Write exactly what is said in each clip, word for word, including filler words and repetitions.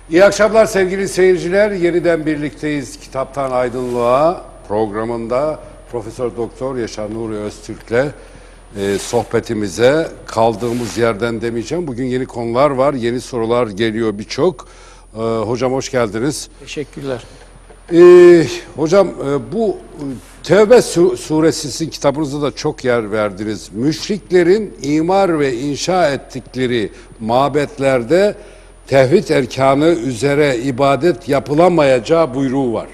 İyi akşamlar sevgili seyirciler. Yeniden birlikteyiz Kitaptan Aydınlığa programında Profesör Doktor Yaşar Nuri Öztürk'le e, sohbetimize kaldığımız yerden demeyeceğim. Bugün yeni konular var, yeni sorular geliyor birçok. E, hocam hoş geldiniz. Teşekkürler. E, hocam e, bu Tevbe suresi sizin kitabınızda da çok yer verdiniz. Müşriklerin imar ve inşa ettikleri mabetlerde tevhid erkanı üzere ibadet yapılamayacağı buyruğu var.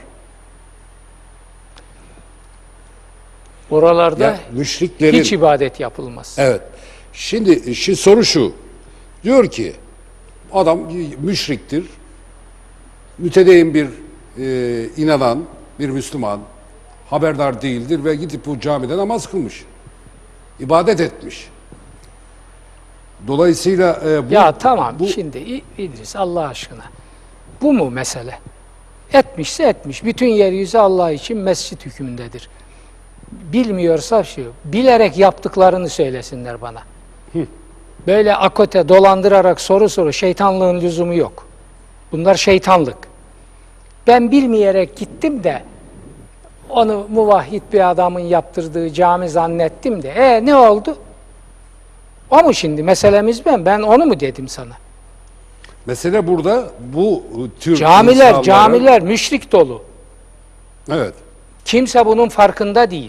Oralarda Ya, müşriklerin, hiç ibadet yapılmaz. Evet. Şimdi, şimdi soru şu. Diyor ki adam müşriktir. Mütedeyyin bir e, inanan bir Müslüman. Haberdar değildir ve gidip bu camide namaz kılmış. İbadet etmiş. Dolayısıyla e, bu, ya tamam bu, şimdi İdris Allah aşkına. Bu mu mesele? Etmişse etmiş. Bütün yeryüzü Allah için mescit hükmündedir. Bilmiyorsa şey, bilerek yaptıklarını söylesinler bana. Hı. Böyle akote dolandırarak soru soru şeytanlığın lüzumu yok. Bunlar şeytanlık. Ben bilmeyerek gittim de onu muvahhid bir adamın yaptırdığı cami zannettim de e ne oldu? O mu şimdi? Meselemiz ben. Ben onu mu dedim sana? Mesele burada bu tür Camiler, insanlara... camiler müşrik dolu. Evet. Kimse bunun farkında değil.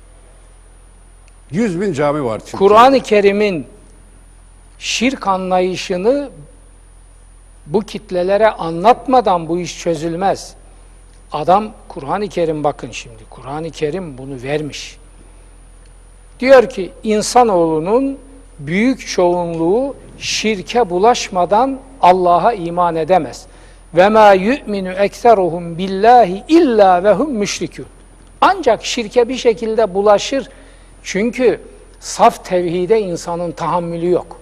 Yüz bin cami var. Kur'an-ı Kerim'in şirk anlayışını bu kitlelere anlatmadan bu iş çözülmez. Adam, Kur'an-ı Kerim bakın şimdi, Kur'an-ı Kerim bunu vermiş. Diyor ki, insanoğlunun büyük çoğunluğu şirke bulaşmadan Allah'a iman edemez. Ve ma yu'minu ekseruhum billahi illa ve hum müşrikûn. Ancak şirke bir şekilde bulaşır. Çünkü saf tevhide insanın tahammülü yok.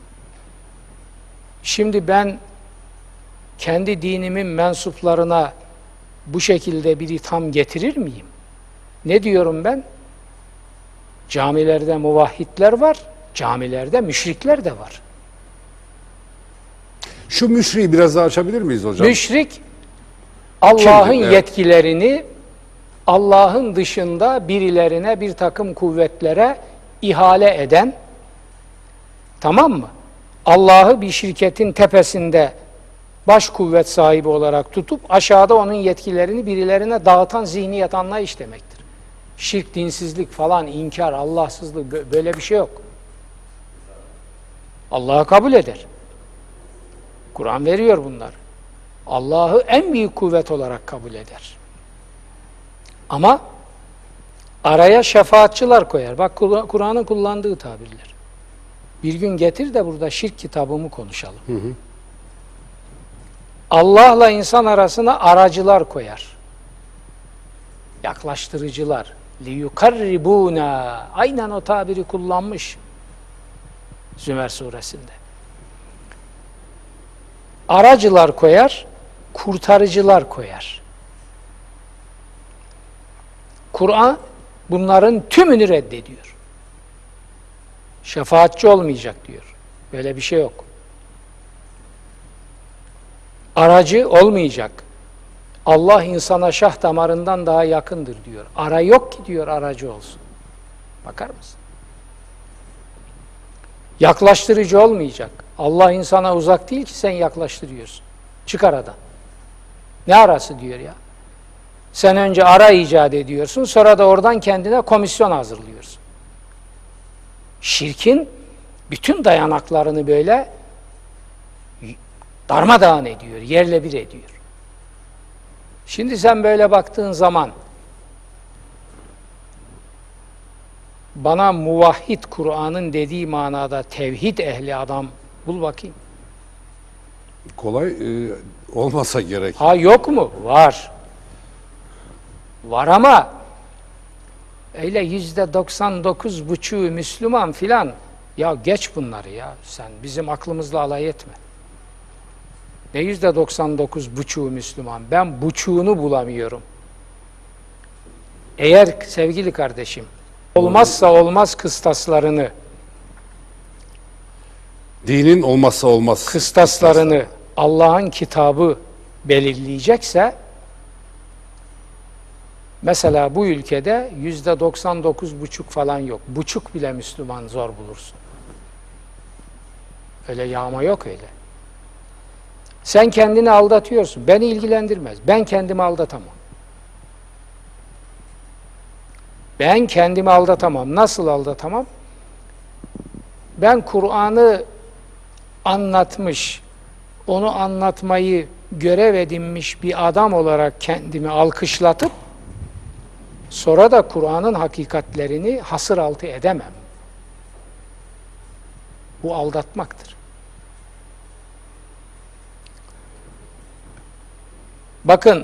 Şimdi ben kendi dinimin mensuplarına bu şekilde bir itham getirir miyim? Ne diyorum ben? Camilerde muvahhidler var, camilerde müşrikler de var. Şu müşriği biraz daha açabilir miyiz hocam? Müşrik, Allah'ın evet. yetkilerini Allah'ın dışında birilerine, bir takım kuvvetlere ihale eden, tamam mı? Allah'ı bir şirketin tepesinde baş kuvvet sahibi olarak tutup aşağıda onun yetkilerini birilerine dağıtan zihniyet anlayış demektir. Şirk, dinsizlik falan, inkar, Allahsızlık böyle bir şey yok. Allah'ı kabul eder. Kur'an veriyor bunları. Allah'ı en büyük kuvvet olarak kabul eder. Ama araya şefaatçılar koyar. Bak Kur'an'ın kullandığı tabirler. Bir gün getir de burada şirk kitabımı konuşalım. Hı hı. Allah'la insan arasına aracılar koyar. Yaklaştırıcılar. لِيُقَرِّبُونَا Aynen o tabiri kullanmış Zümer suresinde. Aracılar koyar, kurtarıcılar koyar. Kur'an bunların tümünü reddediyor. Şefaatçi olmayacak diyor. Böyle bir şey yok. Aracı olmayacak. Allah insana şah damarından daha yakındır diyor. Ara yok ki diyor aracı olsun. Bakar mısın? Yaklaştırıcı olmayacak. Allah insana uzak değil ki sen yaklaştırıyorsun. Çık aradan. Ne arası diyor ya? Sen önce ara icat ediyorsun, sonra da oradan kendine komisyon hazırlıyorsun. Şirkin bütün dayanaklarını böyle darmadağın ediyor, yerle bir ediyor. Şimdi sen böyle baktığın zaman bana muvahhid Kur'an'ın dediği manada tevhid ehli adam bul bakayım. Kolay e, olmasa gerek. Ha yok mu? Var. Var ama öyle yüzde doksan dokuz buçuğu Müslüman filan, ya geç bunları ya, sen bizim aklımızla alay etme. Ne yüzde doksan dokuz buçuğu Müslüman? Ben buçuğunu bulamıyorum. Eğer sevgili kardeşim olmazsa olmaz kıstaslarını dinin olmazsa olmaz kıstaslarını Allah'ın kitabı belirleyecekse, mesela bu ülkede yüzde doksan dokuz buçuk falan yok. Buçuk bile Müslüman zor bulursun. Öyle yağma yok öyle. Sen kendini aldatıyorsun. Beni ilgilendirmez. Ben kendimi aldatamam. Ben kendimi aldatamam. Nasıl aldatamam? Ben Kur'an'ı anlatmış, onu anlatmayı görev edinmiş bir adam olarak kendimi alkışlatıp sonra da Kur'an'ın hakikatlerini hasır altı edemem. Bu aldatmaktır. Bakın,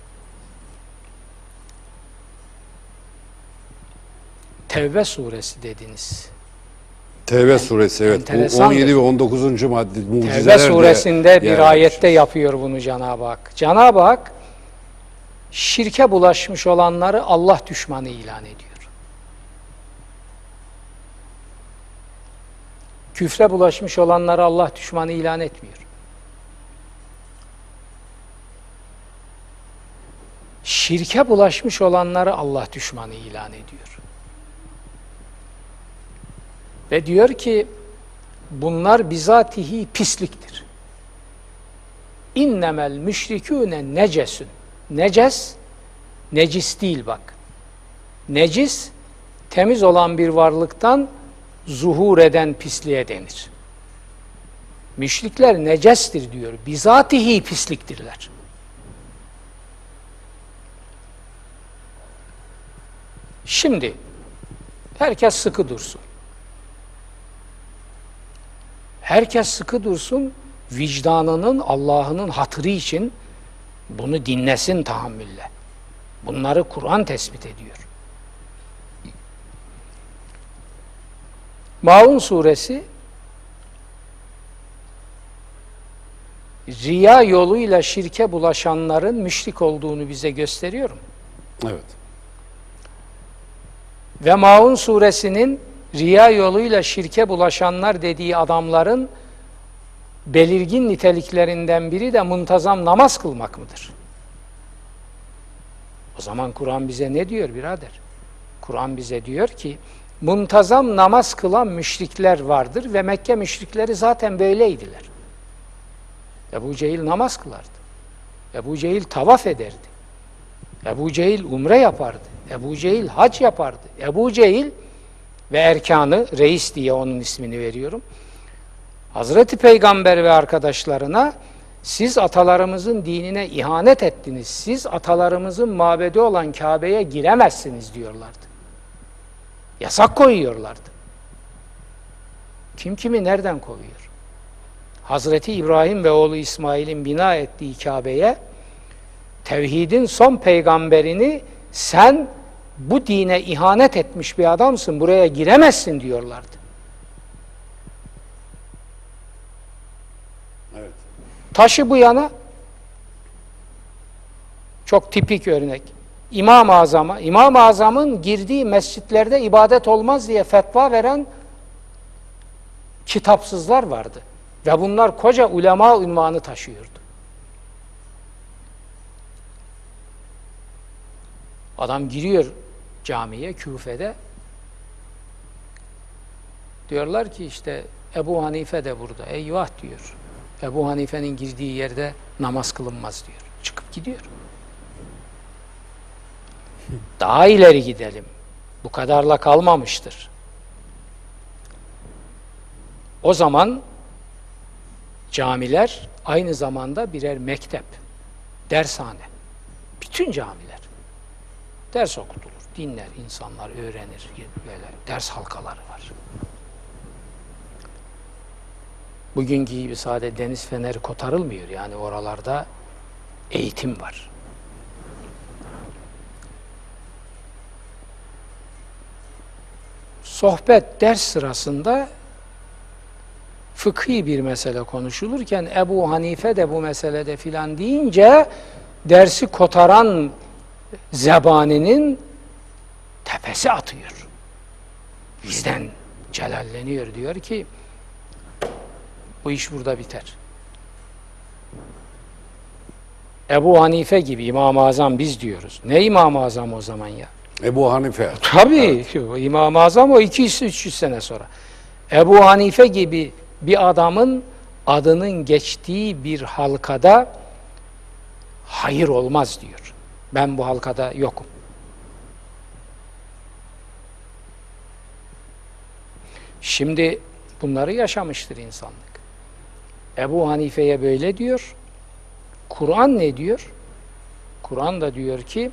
Tevbe suresi dediniz. Tevbe suresi, evet. Bu on yedi ve on dokuzuncu madde mucizeler. Tevbe suresinde bir ayette yapıyor bunu Cenab-ı Hak. Cenab-ı Hak şirke bulaşmış olanları Allah düşmanı ilan ediyor. Küfre bulaşmış olanları Allah düşmanı ilan etmiyor. Şirke bulaşmış olanları Allah düşmanı ilan ediyor. Ve diyor ki bunlar bizatihi pisliktir. İnnemel müşrikûne necesün. Neces, necis değil bak. Necis, temiz olan bir varlıktan zuhur eden pisliğe denir. Müşrikler necestir diyor. Bizatihi pisliktirler. Şimdi herkes sıkı dursun. Herkes sıkı dursun, vicdanının, Allah'ının hatırı için bunu dinlesin tahammülle. Bunları Kur'an tespit ediyor. Maun suresi riya yoluyla şirke bulaşanların müşrik olduğunu bize gösteriyor mu? Evet. Ve Maun suresinin riya yoluyla şirke bulaşanlar dediği adamların belirgin niteliklerinden biri de muntazam namaz kılmak mıdır? O zaman Kur'an bize ne diyor birader? Kur'an bize diyor ki muntazam namaz kılan müşrikler vardır ve Mekke müşrikleri zaten böyleydiler. Ebu Cehil namaz kılardı. Ebu Cehil tavaf ederdi. Ebu Cehil umre yapardı. Ebu Cehil hac yapardı. Ebu Cehil ve erkanı, reis diye onun ismini veriyorum. Hazreti Peygamber ve arkadaşlarına siz atalarımızın dinine ihanet ettiniz. Siz atalarımızın mabedi olan Kabe'ye giremezsiniz diyorlardı. Yasak koyuyorlardı. Kim kimi nereden kovuyor? Hazreti İbrahim ve oğlu İsmail'in bina ettiği Kabe'ye tevhidin son peygamberini sen bu dine ihanet etmiş bir adamsın, buraya giremezsin diyorlardı. Evet. Taşı bu yana çok tipik örnek. İmam-ı Azam'a, İmam-ı Azam'ın girdiği mescitlerde ibadet olmaz diye fetva veren kitapsızlar vardı. Ve bunlar koca ulema unvanı taşıyordu. Adam giriyor camiye, Küfe'de. Diyorlar ki işte Ebu Hanife de burada. Eyvah diyor. Ebu Hanife'nin girdiği yerde namaz kılınmaz diyor. Çıkıp gidiyor. Daha ileri gidelim. Bu kadarla kalmamıştır. O zaman camiler aynı zamanda birer mektep, dershane. Bütün camiler. Ders okutulur, dinler, insanlar öğrenir, böyle ders halkaları var. Bugünkü gibi sadece deniz feneri kotarılmıyor, yani oralarda eğitim var. Sohbet, ders sırasında fıkhi bir mesele konuşulurken Ebu Hanife de bu meselede filan deyince dersi kotaran zebaninin tepesi atıyor. Bizden celalleniyor, diyor ki bu iş burada biter. Ebu Hanife gibi İmam-ı Azam biz diyoruz. Ne İmam-ı Azam o zaman ya? Ebu Hanife. Tabii. Evet. İmam-ı Azam o iki yüz üç yüz sene sonra. Ebu Hanife gibi bir adamın adının geçtiği bir halkada hayır olmaz diyor. Ben bu halkada yokum. Şimdi bunları yaşamıştır insanlık. Ebu Hanife'ye böyle diyor. Kur'an ne diyor? Kur'an da diyor ki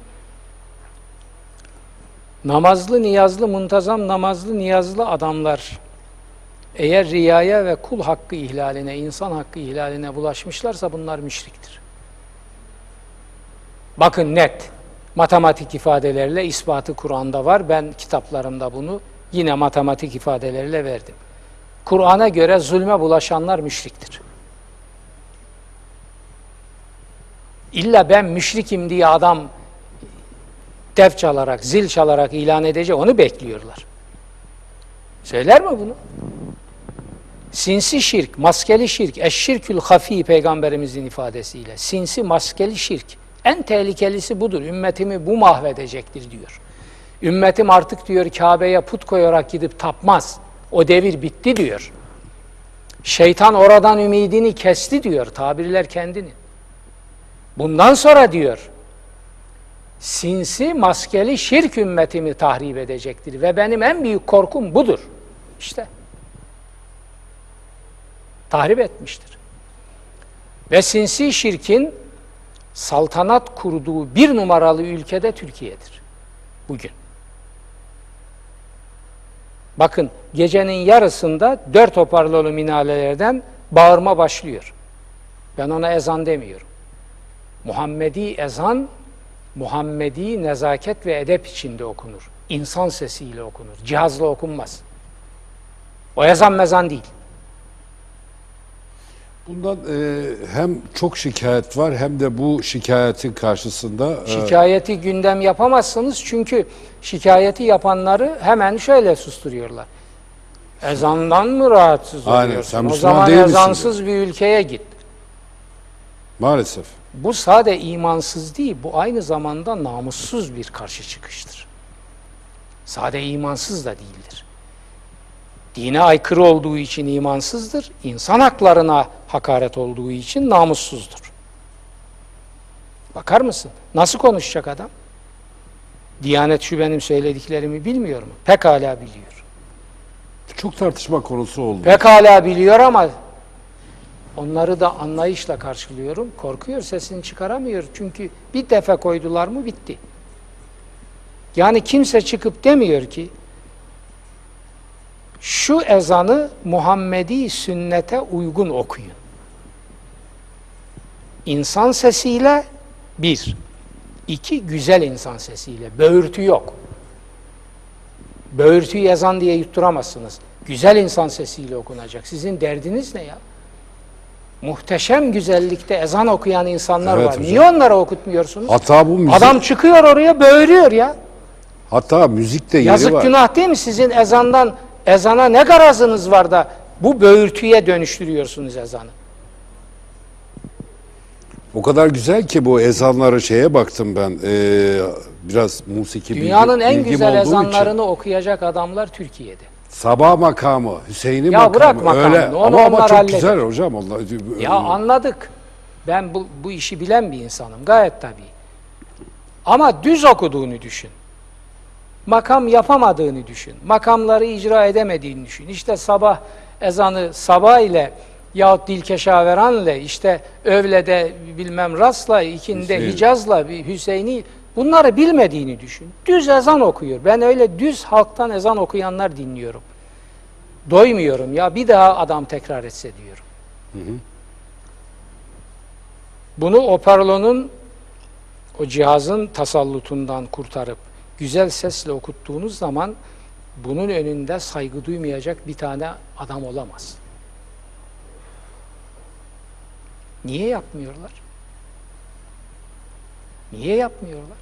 namazlı, niyazlı, muntazam namazlı, niyazlı adamlar eğer riyaya ve kul hakkı ihlaline, insan hakkı ihlaline bulaşmışlarsa bunlar müşriktir. Bakın net, matematik ifadelerle ispatı Kur'an'da var. Ben kitaplarımda bunu yine matematik ifadelerle verdim. Kur'an'a göre zulme bulaşanlar müşriktir. İlla ben müşrikim diye adam def çalarak, zil çalarak ilan edecek, onu bekliyorlar. Söyler mi bunu? Sinsi şirk, maskeli şirk, eşşirkül hafi peygamberimizin ifadesiyle. Sinsi, maskeli şirk. En tehlikelisi budur. Ümmetimi bu mahvedecektir diyor. Ümmetim artık diyor Kabe'ye put koyarak gidip tapmaz. O devir bitti diyor. Şeytan oradan ümidini kesti diyor. Tabirler kendini. Bundan sonra diyor sinsi, maskeli şirk ümmetimi tahrip edecektir. Ve benim en büyük korkum budur. İşte. Tahrip etmiştir. Ve sinsi şirkin saltanat kurduğu bir numaralı ülkede Türkiye'dir. Bugün. Bakın gecenin yarısında dört hoparlörlü minarelerden bağırma başlıyor. Ben ona ezan demiyorum. Muhammedi ezan, Muhammedi nezaket ve edep içinde okunur. İnsan sesiyle okunur. Cihazla okunmaz. O ezan mezan değil. Bundan e, hem çok şikayet var hem de bu şikayetin karşısında... E, Şikayeti gündem yapamazsınız çünkü şikayeti yapanları hemen şöyle susturuyorlar. Ezandan mı rahatsız Aynen, oluyorsun? sen O Müslüman zaman değil misin ezansız bir ülkeye git. Maalesef. Bu sade imansız değil, bu aynı zamanda namussuz bir karşı çıkıştır. Sade imansız da değildir. Dine aykırı olduğu için imansızdır, insan haklarına hakaret olduğu için namussuzdur. Bakar mısın? Nasıl konuşacak adam? Diyanet şu benim söylediklerimi bilmiyor mu? Pekala biliyor. Çok tartışma konusu oldu. Pekala biliyor ama onları da anlayışla karşılıyorum. Korkuyor, sesini çıkaramıyor. Çünkü bir defa koydular mı bitti. Yani kimse çıkıp demiyor ki şu ezanı Muhammedi sünnete uygun okuyun. İnsan sesiyle bir. İki, güzel insan sesiyle. Böğürtü yok. Böğürtüyü ezan diye yutturamazsınız. Güzel insan sesiyle okunacak. Sizin derdiniz ne ya? Muhteşem güzellikte ezan okuyan insanlar Evet var. hocam. Niye onlara okutmuyorsunuz? Hatta bu müzik, Adam çıkıyor oraya böğürüyor ya. hatta müzikte yeri Yazık var. günah değil mi? Sizin ezandan, ezana ne garazınız var da bu böğürtüye dönüştürüyorsunuz ezanı? O kadar güzel ki bu ezanları şeye baktım ben. E, biraz musiki Dünyanın bilgi, en bilgim güzel olduğu ezanlarını için. okuyacak adamlar Türkiye'de. Sabah makamı, Hüseyin'in Ya makamı. bırak makamını, Öyle. onu Ama, ama onlar çok halleder. güzel hocam. Onlar, Ya anladık. Ben bu, bu işi bilen bir insanım. Gayet tabii. Ama düz okuduğunu düşün. Makam yapamadığını düşün. Makamları icra edemediğini düşün. İşte sabah ezanı sabah ile yahut Dilkeşaveran ile işte öğlede bilmem Ras'la, ikindi Hüseyin. Hicaz'la, bir Hüseyin'i bunları bilmediğini düşün. Düz ezan okuyor. Ben öyle düz halktan ezan okuyanlar dinliyorum. Doymuyorum ya, bir daha adam tekrar etse diyorum. Hı hı. Bunu Operlo'nun o cihazın tasallutundan kurtarıp güzel sesle okuttuğunuz zaman bunun önünde saygı duymayacak bir tane adam olamaz. Niye yapmıyorlar? Niye yapmıyorlar?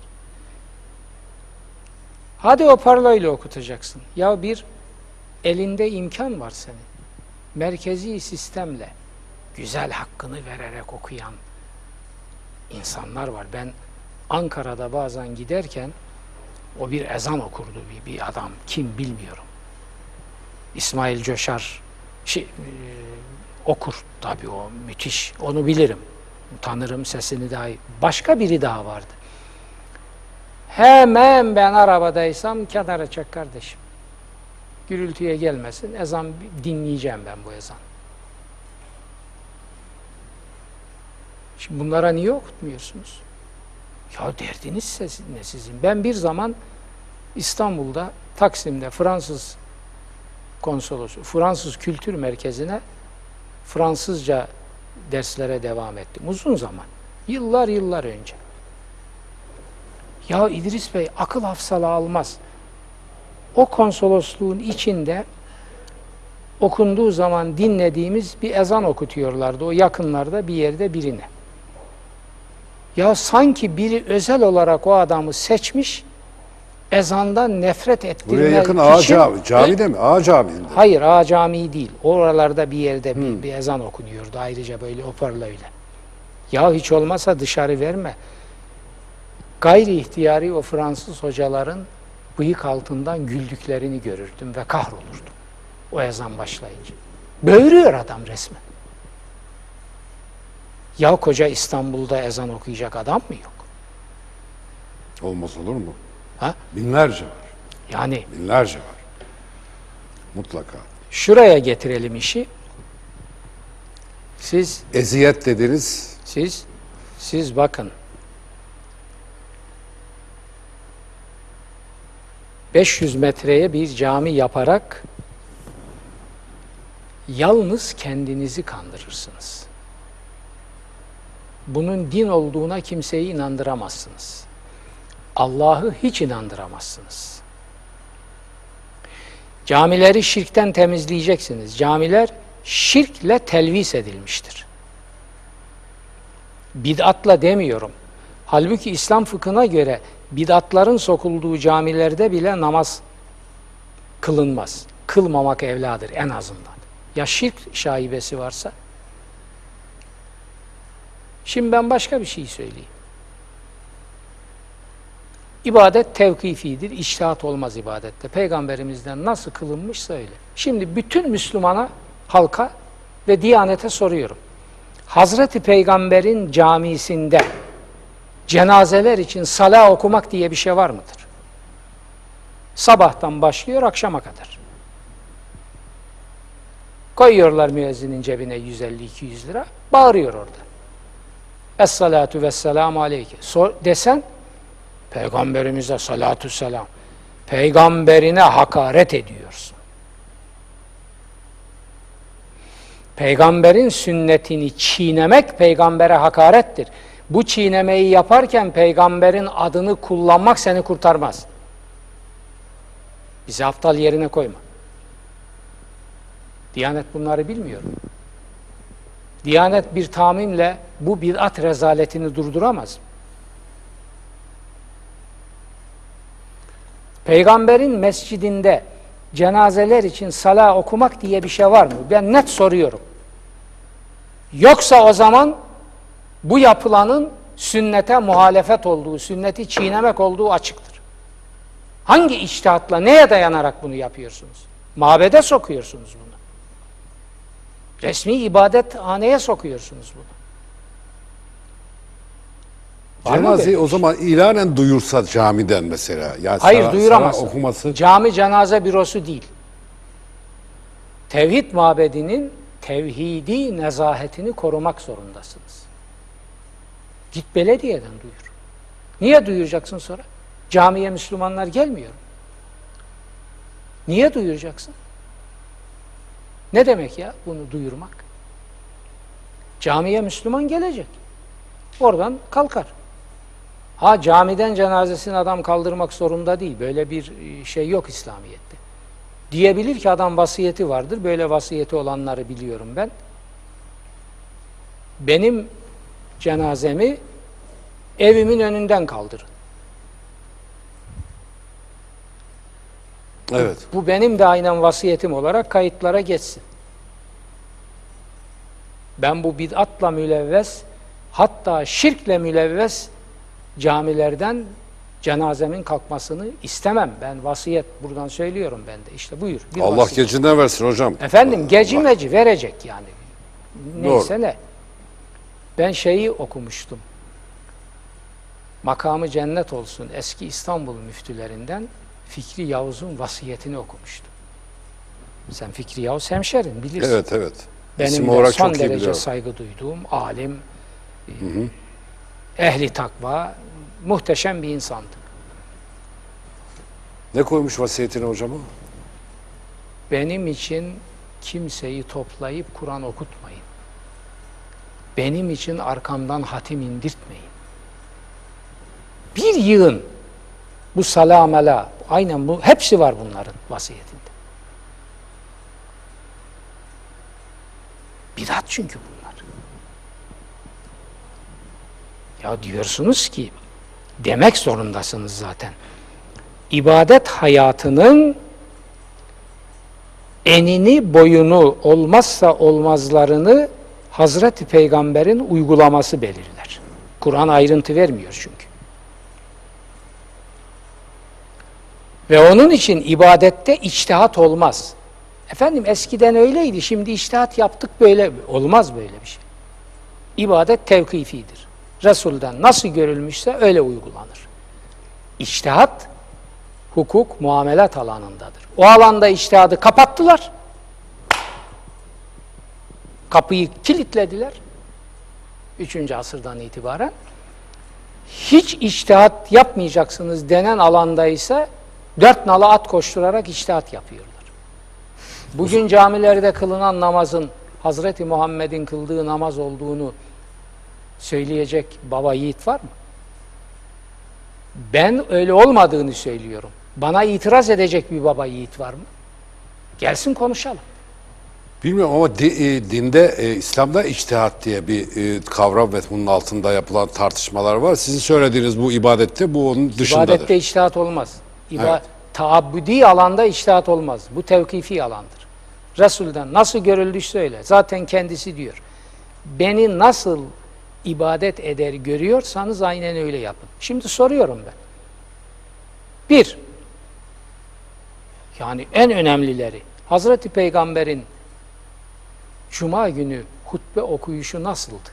Hadi Operlo ile okutacaksın. Ya bir elinde imkan var senin. Merkezi sistemle güzel hakkını vererek okuyan insanlar var. Ben Ankara'da bazen giderken o bir ezan okurdu bir, bir adam. Kim bilmiyorum. İsmail Coşar şey, e, okur tabii, o müthiş. Onu bilirim. Tanırım sesini dahi. Başka biri daha vardı. Hemen ben arabadaysam kenara çek kardeşim. Gürültüye gelmesin. Ezan dinleyeceğim ben bu ezan. Şimdi bunlara niye okutmuyorsunuz? Ya derdiniz ne sizin? Ben bir zaman İstanbul'da, Taksim'de Fransız konsolosu, Fransız Kültür Merkezi'ne Fransızca derslere devam ettim. Uzun zaman. Yıllar yıllar önce. Ya İdris Bey akıl hafsala almaz. O konsolosluğun içinde okunduğu zaman dinlediğimiz bir ezan okutuyorlardı. O yakınlarda bir yerde birine. Ya sanki biri özel olarak o adamı seçmiş, ezandan nefret ettirmek için... Buraya yakın Ağa Cami, camide mi? Ağa Camii'nde. Hayır, Ağa Camii değil. Oralarda bir yerde bir, bir ezan okunuyordu ayrıca böyle hoparlörle. Ya hiç olmazsa dışarı verme. Gayri ihtiyari o Fransız hocaların bıyık altından güldüklerini görürdüm ve kahrolurdum o ezan başlayınca. Böğürüyor adam resmen. Ya koca İstanbul'da ezan okuyacak adam mı yok? Olmaz olur mu? Ha? Binlerce var. Yani Binlerce var. Mutlaka. şuraya getirelim işi. Siz Eziyet dediniz. siz siz bakın. beş yüz metreye bir cami yaparak yalnız kendinizi kandırırsınız. Bunun din olduğuna kimseyi inandıramazsınız. Allah'ı hiç inandıramazsınız. Camileri şirkten temizleyeceksiniz. Camiler şirkle telvis edilmiştir. Bid'atla demiyorum. Halbuki İslam fıkhına göre bid'atların sokulduğu camilerde bile namaz kılınmaz. Kılmamak evladır en azından. Ya şirk şaibesi varsa? Şimdi ben başka bir şey söyleyeyim. İbadet tevkifidir, içtihat olmaz ibadette. Peygamberimizden nasıl kılınmışsa öyle. Şimdi bütün Müslümana, halka ve Diyanete soruyorum. Hazreti Peygamber'in camisinde cenazeler için sala okumak diye bir şey var mıdır? Sabahtan başlıyor akşama kadar. Koyuyorlar müezzinin cebine yüz elli iki yüz lira, bağırıyor orada. Es-salatu vesselamu aleyke. Sor, desen, Peygamberimize salatu selam. Peygamberine hakaret ediyorsun. Peygamberin sünnetini çiğnemek peygambere hakarettir. Bu çiğnemeyi yaparken peygamberin adını kullanmak seni kurtarmaz. Bizi aptal yerine koyma. Diyanet bunları bilmiyor. Diyanet bir tamimle bu bid'at rezaletini durduramaz. Peygamberin mescidinde cenazeler için sala okumak diye bir şey var mı? Ben net soruyorum. Yoksa o zaman bu yapılanın sünnete muhalefet olduğu, sünneti çiğnemek olduğu açıktır. Hangi içtihatla, neye dayanarak bunu yapıyorsunuz? Mabede sokuyorsunuz bunu. Resmi ibadethaneye sokuyorsunuz bunu. Var Cenazeyi o zaman ilanen duyursa camiden mesela. Yani Hayır, sana, duyuramazsın. sana okuması. Cami cenaze bürosu değil. Tevhid mabedinin tevhidi nezahetini korumak zorundasınız. Git belediyeden duyur. Niye duyuracaksın sonra? Camiye Müslümanlar gelmiyor. Niye duyuracaksın? Ne demek ya bunu duyurmak? Camiye Müslüman gelecek. Oradan kalkar. Ha camiden cenazesini adam kaldırmak zorunda değil. Böyle bir şey yok İslamiyet'te. Diyebilir ki adam vasiyeti vardır. Böyle vasiyeti olanları biliyorum ben. Benim cenazemi evimin önünden kaldırın. Evet. Bu benim de aynen vasiyetim olarak kayıtlara geçsin. Ben bu bid'atla mülevves, hatta şirkle mülevves camilerden cenazemin kalkmasını istemem. Ben vasiyet buradan söylüyorum ben de. İşte buyur. Bir Allah vasiyet. gecinden versin hocam. Efendim geci meci verecek yani. Neyse Doğru. ne. Ben şeyi okumuştum. Makamı cennet olsun eski İstanbul müftülerinden Fikri Yavuz'un vasiyetini okumuştum. Sen Fikri Yavuz hemşerin bilirsin. Evet evet. Benim İsim de olarak son çok iyi derece biliyorum. saygı duyduğum alim, hı hı. ehli takva, muhteşem bir insandı. Ne koymuş vasiyetine hocam o? Benim için kimseyi toplayıp Kur'an okutmayın. Benim için arkamdan hatim indirtmeyin. Bir yığın bu salamela, aynen bu, hepsi var bunların vasiyetinde. Bidat çünkü bunlar. Ya diyorsunuz ki, demek zorundasınız zaten. İbadet hayatının enini boyunu olmazsa olmazlarını Hazreti Peygamber'in uygulaması belirler. Kur'an ayrıntı vermiyor çünkü. Ve onun için ibadette içtihat olmaz. Efendim eskiden öyleydi, şimdi içtihat yaptık böyle. Olmaz böyle bir şey. İbadet tevkifidir. Resul'den nasıl görülmüşse öyle uygulanır. İçtihat, hukuk, muamelat alanındadır. O alanda içtihadı kapattılar. Kapıyı kilitlediler. Üçüncü asırdan itibaren. Hiç içtihat yapmayacaksınız denen alanda ise dört nala at koşturarak içtihat yapıyorlar. Bugün camilerde kılınan namazın Hazreti Muhammed'in kıldığı namaz olduğunu söyleyecek baba yiğit var mı? Ben öyle olmadığını söylüyorum. Bana itiraz edecek bir baba yiğit var mı? Gelsin konuşalım. Bilmiyorum ama di, e, dinde, e, İslam'da içtihat diye bir e, kavram ve bunun altında yapılan tartışmalar var. Sizin söylediğiniz bu ibadette bu onun dışındadır. İbadette içtihat olmaz. İba Evet. Taabbudi alanda içtihat olmaz. Bu tevkifi alandır. Resul'den nasıl görüldüyse öyle. Zaten kendisi diyor. Beni nasıl ibadet eder görüyorsanız aynen öyle yapın. Şimdi soruyorum ben. Bir, yani en önemlileri, Hazreti Peygamber'in Cuma günü hutbe okuyuşu nasıldı?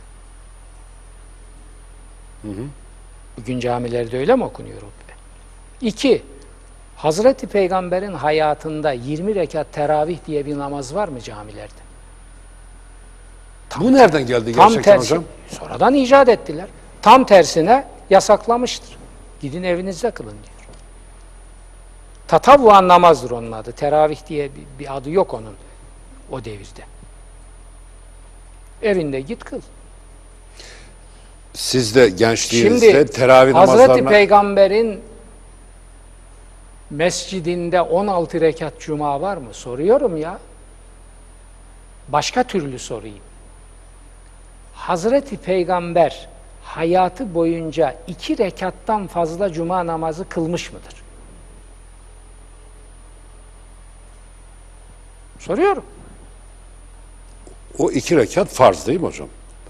Hı hı. Bugün camilerde öyle mi okunuyor hutbe? İki, Hazreti Peygamber'in hayatında yirmi rekat teravih diye bir namaz var mı camilerde? Tam Bu nereden geldi tam gerçekten tersi, hocam? sonradan icat ettiler. Tam tersine yasaklamıştır. Gidin evinizde kılın diyor. Tatavvuan namazdır onun adı. Teravih diye bir, bir adı yok onun o devirde. Evinde git kıl. Siz de gençliğinizde Şimdi teravih Hazreti namazlarına... Peygamber'in mescidinde on altı rekat cuma var mı? Soruyorum ya. Başka türlü sorayım. Hazreti Peygamber hayatı boyunca iki rekattan fazla cuma namazı kılmış mıdır? Soruyorum. O iki rekat farz değil mi hocam?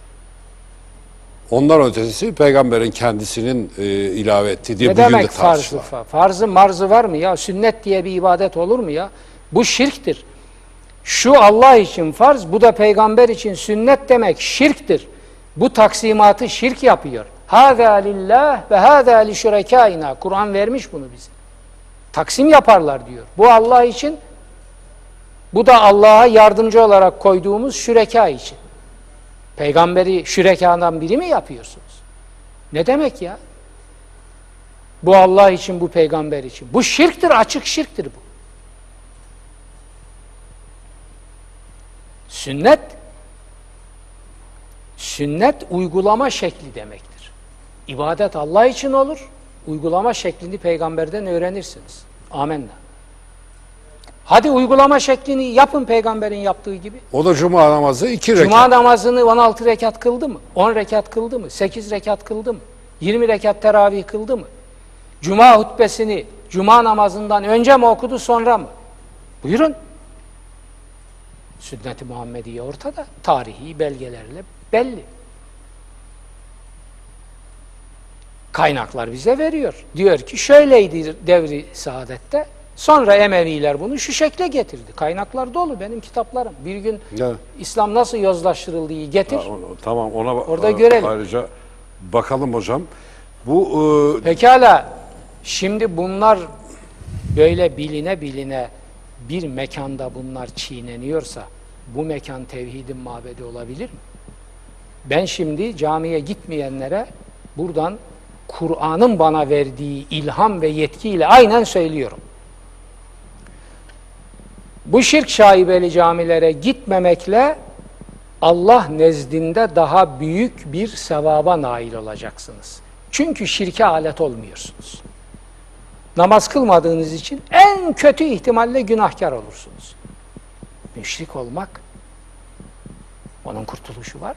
Ondan ötesi peygamberin kendisinin e, ilave ettiği diye Ne bugün de demek farzı? tartışılan. Farzı marzı var mı ya? Sünnet diye bir ibadet olur mu ya? Bu şirktir. Şu Allah için farz, bu da peygamber için sünnet demek şirktir. Bu taksimatı şirk yapıyor. Hâzâ lillah ve hâzâ li şurekâinâ. Kur'an vermiş bunu bize. Taksim yaparlar diyor. Bu Allah için, bu da Allah'a yardımcı olarak koyduğumuz şüreka için. Peygamberi şürekadan biri mi yapıyorsunuz? Ne demek ya? Bu Allah için, bu peygamber için. Bu şirktir, açık şirktir bu. Sünnet, sünnet uygulama şekli demektir. İbadet Allah için olur, uygulama şeklini peygamberden öğrenirsiniz. Amenna. Hadi uygulama şeklini yapın peygamberin yaptığı gibi. O da cuma namazı iki rekat. Cuma namazını on altı rekat kıldı mı? on rekat kıldı mı? sekiz rekat kıldı mı? yirmi rekat teravih kıldı mı? Cuma hutbesini cuma namazından önce mi okudu, sonra mı? Buyurun. Sünnet-i Muhammediye ortada. Tarihi belgelerle belli. Kaynaklar bize veriyor. Diyor ki şöyleydi devri saadette. Sonra Emeviler bunu şu şekle getirdi. Kaynaklar dolu benim kitaplarım. Bir gün Evet. İslam nasıl yozlaştırıldığı getir. Ha, o- tamam ona Orada a- görelim. ayrıca bakalım hocam. Bu e, Pekala, şimdi bunlar böyle biline biline bir mekanda bunlar çiğneniyorsa bu mekan tevhidin mabedi olabilir mi? Ben şimdi camiye gitmeyenlere buradan Kur'an'ın bana verdiği ilham ve yetkiyle aynen söylüyorum. Bu şirk şaibeli camilere gitmemekle Allah nezdinde daha büyük bir sevaba nail olacaksınız. Çünkü şirke alet olmuyorsunuz. Namaz kılmadığınız için en kötü ihtimalle günahkar olursunuz. Müşrik olmak, onun kurtuluşu var.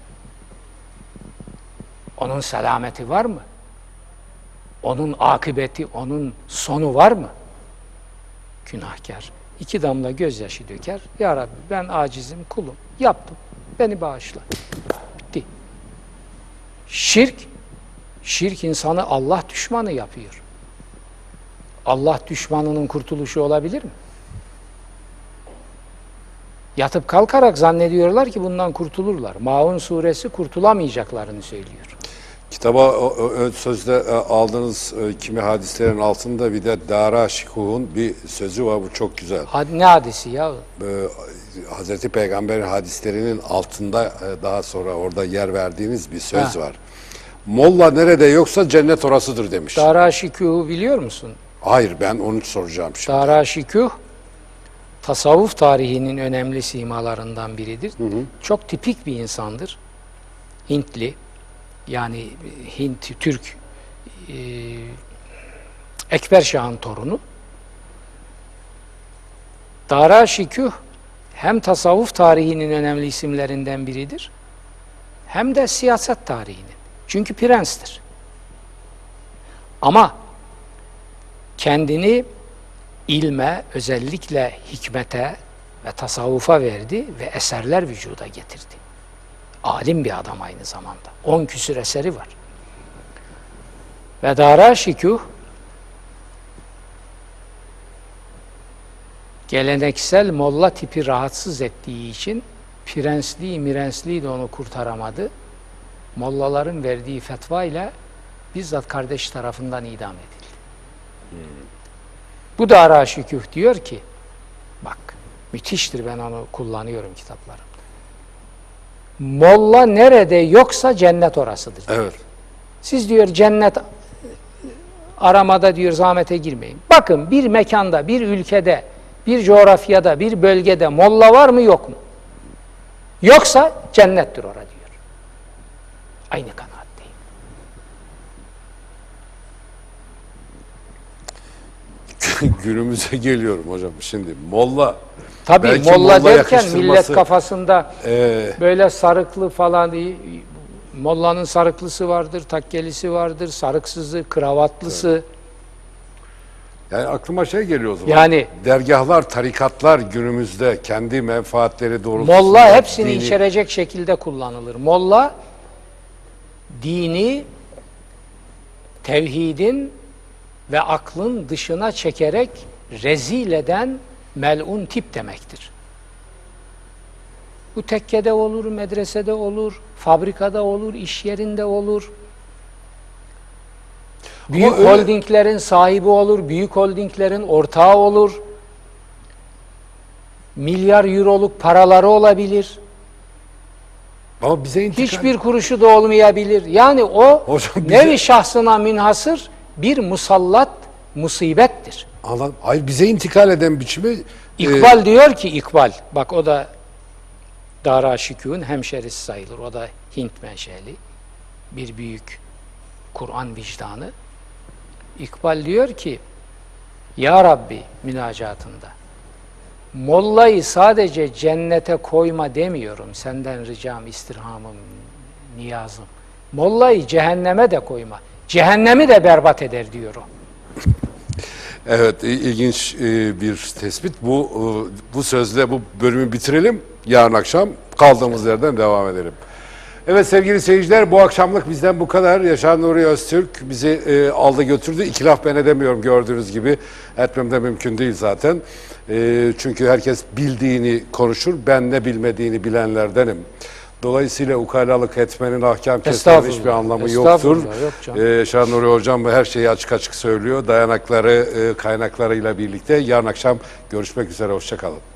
Onun selameti var mı? Onun akıbeti, onun sonu var mı? Günahkar. İki damla gözyaşı döker. Ya Rabbi ben acizim, kulum. Yaptım. Beni bağışla. Bitti. Şirk, şirk insanı Allah düşmanı yapıyor. Allah düşmanının kurtuluşu olabilir mi? Yatıp kalkarak zannediyorlar ki bundan kurtulurlar. Maun suresi kurtulamayacaklarını söylüyor. kitaba o- o- ön sözde e, aldığınız e, kimi hadislerin altında bir de Dara Şikuh'un bir sözü var. Bu çok güzel. Had, ne hadisi ya? E, Hazreti Peygamber'in hadislerinin altında e, daha sonra orada yer verdiğiniz bir söz Ha. var. Molla nerede yoksa cennet orasıdır demiş. Dara Şikuh'u biliyor musun? Hayır, ben onu soracağım şimdi. Dara Şikuh tasavvuf tarihinin önemli simalarından biridir. Hı hı. Çok tipik bir insandır. Hintli, yani Hint, Türk, e, Ekber Şah'ın torunu. Dara Şikuh hem tasavvuf tarihinin önemli isimlerinden biridir, hem de siyaset tarihinin. Çünkü prenstir. Ama kendini ilme, özellikle hikmete ve tasavvufa verdi ve eserler vücuda getirdi. Alim bir adam aynı zamanda. On küsür eseri var. Ve Dara Şikuh geleneksel molla tipi rahatsız ettiği için prensliği, mirensliği de onu kurtaramadı. Mollaların verdiği fetva ile bizzat kardeş tarafından idam edildi. Hmm. Bu Dara Şikuh diyor ki, bak müthiştir, ben onu kullanıyorum kitaplarımda. Molla nerede yoksa cennet orasıdır. Evet. Siz diyor cennet aramada diyor zahmete girmeyin. Bakın bir mekanda, bir ülkede, bir coğrafyada, bir bölgede molla var mı yok mu? Yoksa cennettir orada diyor. Aynı kanaatteyim. Günümüze geliyorum hocam. Şimdi molla. Tabii belki molla derken yakıştırması, millet kafasında e, böyle sarıklı falan değil. Mollanın sarıklısı vardır, takkelisi vardır, sarıksızı, kravatlısı. yani aklıma şey geliyor o zaman. Yani dergahlar, tarikatlar günümüzde kendi menfaatleri doğrultusunda molla hepsini dini- içerecek şekilde kullanılır. Molla dini tevhidin ve aklın dışına çekerek rezil eden melun tip demektir. Bu tekkede olur, medresede olur, fabrikada olur, iş yerinde olur. Büyük öyle- holdinglerin sahibi olur, büyük holdinglerin ortağı olur. Milyar euroluk paraları olabilir. Ama bize intikal. Hiçbir kuruşu da olmayabilir. Yani o Hocam bize- nevi şahsına münhasır bir musallat musibettir. Anladım. Hayır, bize intikal eden biçimi İkbal diyor ki, İkbal, bak o da Dara Şikuh'un hemşerisi sayılır. O da Hint menşeli. Bir büyük Kur'an vicdanı. İkbal diyor ki, Ya Rabbi münacatında, mollayı sadece cennete koyma demiyorum. Senden ricam, istirhamım, niyazım. Mollayı cehenneme de koyma. Cehennemi de berbat eder diyor o. evet, il- ilginç e, bir tespit. Bu e, bu sözle bu bölümü bitirelim. Yarın akşam kaldığımız yerden devam edelim. Evet sevgili seyirciler, bu akşamlık bizden bu kadar. Yaşar Nuri Öztürk bizi e, aldı götürdü. İki laf ben edemiyorum gördüğünüz gibi. Etmem de mümkün değil zaten. E, çünkü herkes bildiğini konuşur. Ben ne bilmediğini bilenlerdenim. Dolayısıyla ukalalık etmenin, ahkam kesmenin hiçbir anlamı yoktur. Yok e, Yaşar Nuri Hocam her şeyi açık açık söylüyor. Dayanakları, e, kaynaklarıyla birlikte yarın akşam görüşmek üzere. Hoşça kalın.